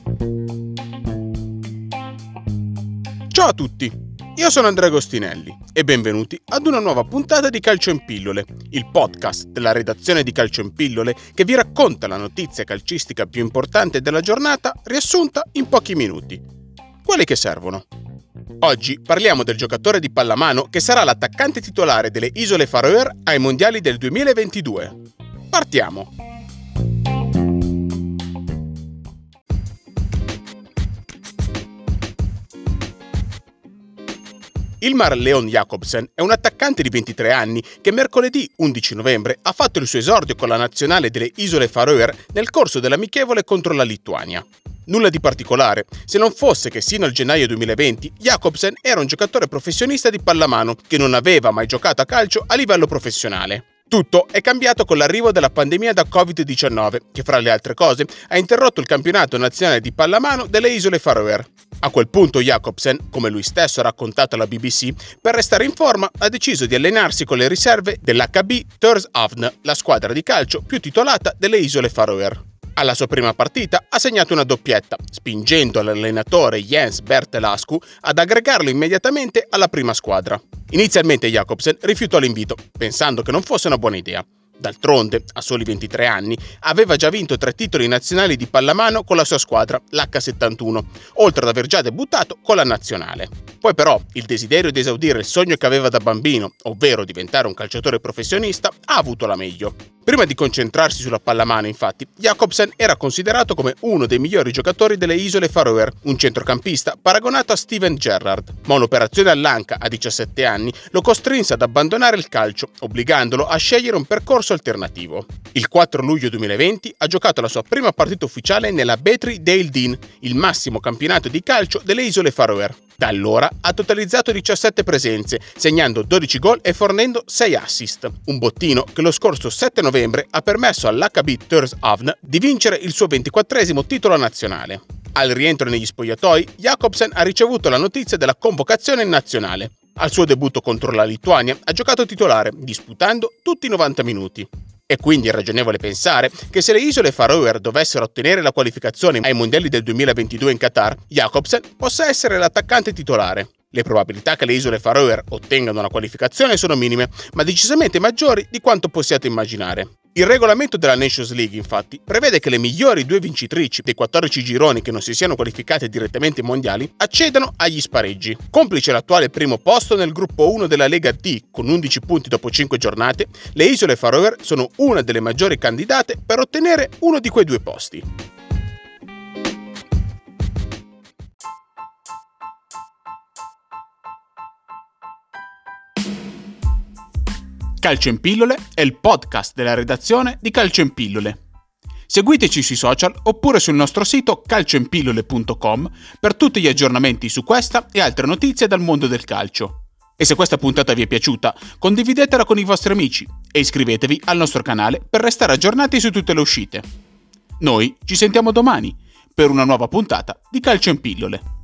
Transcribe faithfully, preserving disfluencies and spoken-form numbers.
Ciao a tutti, io sono Andrea Agostinelli e benvenuti ad una nuova puntata di Calcio in Pillole, il podcast della redazione di Calcio in Pillole che vi racconta la notizia calcistica più importante della giornata riassunta in pochi minuti. Quelli che servono. Oggi parliamo del giocatore di pallamano che sarà l'attaccante titolare delle Isole Faroe ai mondiali del duemilaventidue. Partiamo! Ilmar Leon Jacobsen è un attaccante di ventitré anni che mercoledì undici novembre ha fatto il suo esordio con la nazionale delle Isole Faroe nel corso dell'amichevole contro la Lituania. Nulla di particolare, se non fosse che sino al gennaio duemilaventi Jacobsen era un giocatore professionista di pallamano che non aveva mai giocato a calcio a livello professionale. Tutto è cambiato con l'arrivo della pandemia da covid diciannove, che fra le altre cose ha interrotto il campionato nazionale di pallamano delle Isole Faroe. A quel punto Jacobsen, come lui stesso ha raccontato alla B B C, per restare in forma ha deciso di allenarsi con le riserve dell'H B Tórshavn, la squadra di calcio più titolata delle Isole Faroe. Alla sua prima partita ha segnato una doppietta, spingendo l'allenatore Jens Bertelascu ad aggregarlo immediatamente alla prima squadra. Inizialmente Jacobsen rifiutò l'invito, pensando che non fosse una buona idea. D'altronde, a soli ventitré anni, aveva già vinto tre titoli nazionali di pallamano con la sua squadra, l'H settantuno, oltre ad aver già debuttato con la nazionale. Poi però il desiderio di esaudire il sogno che aveva da bambino, ovvero diventare un calciatore professionista, ha avuto la meglio. Prima di concentrarsi sulla pallamano, infatti, Jacobsen era considerato come uno dei migliori giocatori delle Isole Faroe, un centrocampista paragonato a Steven Gerrard, ma un'operazione all'anca a diciassette anni lo costrinse ad abbandonare il calcio, obbligandolo a scegliere un percorso alternativo. Il quattro luglio duemilaventi ha giocato la sua prima partita ufficiale nella Betri Deildin, il massimo campionato di calcio delle Isole Faroe. Da allora ha totalizzato diciassette presenze, segnando dodici gol e fornendo sei assist, un bottino che lo scorso sette novembre ha permesso all'H B Tórshavn di vincere il suo ventiquattresimo titolo nazionale. Al rientro negli spogliatoi, Jacobsen ha ricevuto la notizia della convocazione in nazionale. Al suo debutto contro la Lituania ha giocato titolare, disputando tutti i novanta minuti. È quindi ragionevole pensare che se le Isole Faroe dovessero ottenere la qualificazione ai mondiali del duemilaventidue in Qatar, Jacobsen possa essere l'attaccante titolare. Le probabilità che le Isole Faroe ottengano la qualificazione sono minime, ma decisamente maggiori di quanto possiate immaginare. Il regolamento della Nations League, infatti, prevede che le migliori due vincitrici dei quattordici gironi che non si siano qualificate direttamente ai mondiali accedano agli spareggi. Complice l'attuale primo posto nel gruppo uno della Lega D con undici punti dopo cinque giornate, le Isole Faroe sono una delle maggiori candidate per ottenere uno di quei due posti. Calcio in Pillole è il podcast della redazione di Calcio in Pillole. Seguiteci sui social oppure sul nostro sito calcio in pillole punto com per tutti gli aggiornamenti su questa e altre notizie dal mondo del calcio. E se questa puntata vi è piaciuta, condividetela con i vostri amici e iscrivetevi al nostro canale per restare aggiornati su tutte le uscite. Noi ci sentiamo domani per una nuova puntata di Calcio in Pillole.